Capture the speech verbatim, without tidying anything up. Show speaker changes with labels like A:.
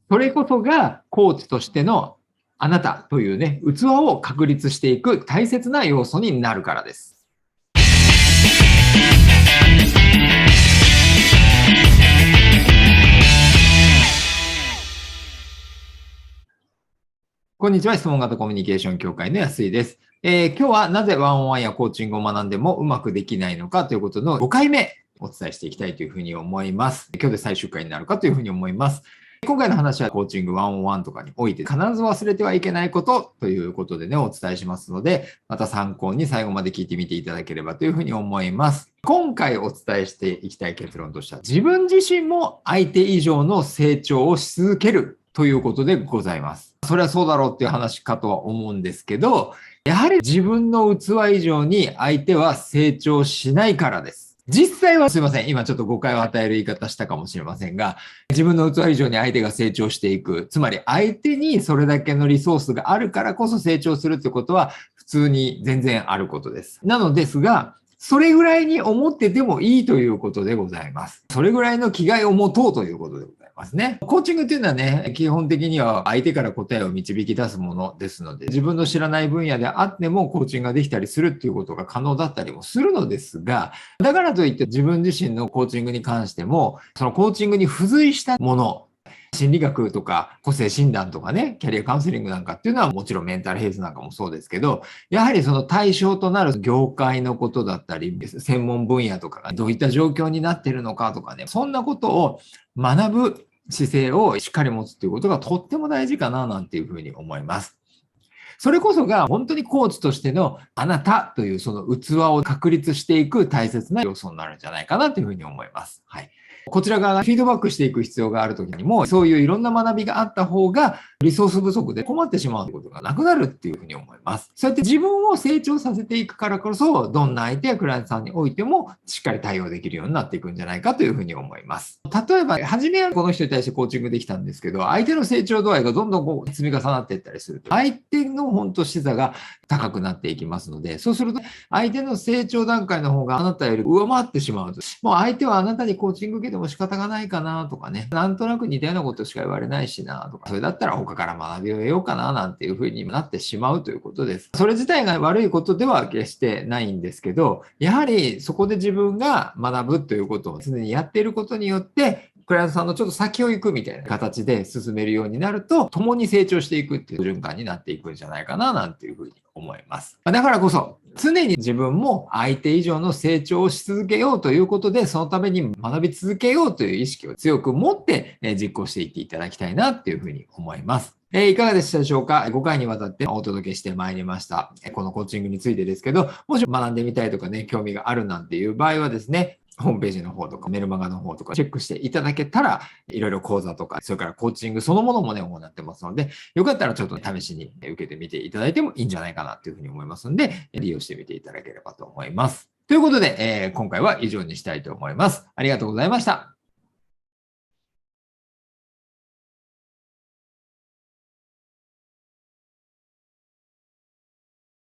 A: それこそがコーチとしてのあなたというね、器を確立していく大切な要素になるからです。こんにちは。質問型コミュニケーション協会の安井です。えー、今日はなぜワンオンワンやコーチングを学んでもうまくできないのかということのごかいめお伝えしていきたいというふうに思います。今日で最終回になるかというふうに思います。今回の話はコーチングワンオンワンとかにおいて必ず忘れてはいけないことということでね、お伝えしますので、また参考に最後まで聞いてみていただければというふうに思います。今回お伝えしていきたい結論としては、自分自身も相手以上の成長をし続けるということでございます。それはそうだろうっていう話かとは思うんですけど、やはり自分の器以上に相手は成長しないからです。実際はすいません。今ちょっと誤解を与える言い方したかもしれませんが、自分の器以上に相手が成長していく。つまり相手にそれだけのリソースがあるからこそ成長するってことは普通に全然あることです。なのですが、それぐらいに思っててもいいということでございます。それぐらいの気概を持とうということでございますね。コーチングっていうのはね、基本的には相手から答えを導き出すものですので、自分の知らない分野であってもコーチングができたりするっていうことが可能だったりもするのですが、だからといって自分自身のコーチングに関しても、そのコーチングに付随したもの、心理学とか個性診断とかね、キャリアカウンセリングなんかっていうのはもちろんメンタルヘルスなんかもそうですけど、やはりその対象となる業界のことだったり、専門分野とかがどういった状況になっているのかとかね、そんなことを学ぶ姿勢をしっかり持つということがとっても大事かななんていうふうに思います。それこそが本当にコーチとしてのあなたというその器を確立していく大切な要素になるんじゃないかなというふうに思います。はい。こちら側がフィードバックしていく必要があるときにも、そういういろんな学びがあった方が、リソース不足で困ってしまうことがなくなるっていうふうに思います。そうやって自分を成長させていくからこそ、どんな相手やクライアントさんにおいても、しっかり対応できるようになっていくんじゃないかというふうに思います。例えば、初めはこの人に対してコーチングできたんですけど、相手の成長度合いがどんどんこう積み重なっていったりすると、相手の本当視座が高くなっていきますので、そうすると、相手の成長段階の方があなたより上回ってしまうと、もう相手はあなたにコーチング受けても仕方がないかなとかね、なんとなく似たようなことしか言われないしなとか、それだったら他から学びを得ようかななんていうふうになってしまうということです。それ自体が悪いことでは決してないんですけど、やはりそこで自分が学ぶということを常にやっていることによって、クライアントさんのちょっと先を行くみたいな形で進めるようになると、共に成長していくっていう循環になっていくんじゃないかななんていうふうに思います。だからこそ、常に自分も相手以上の成長をし続けようということで、そのために学び続けようという意識を強く持って実行していっていただきたいなっていうふうに思います。えー、いかがでしたでしょうか？ごかいにわたってお届けしてまいりました。このコーチングについてですけど、もし学んでみたいとかね、興味があるなんていう場合はですね、ホームページの方とかメルマガの方とかチェックしていただけたら、いろいろ講座とか、それからコーチングそのものもね、行ってますので、よかったらちょっと試しに受けてみていただいてもいいんじゃないかなというふうに思いますので、利用してみていただければと思います。ということで、えー、今回は以上にしたいと思います。ありがとうございました。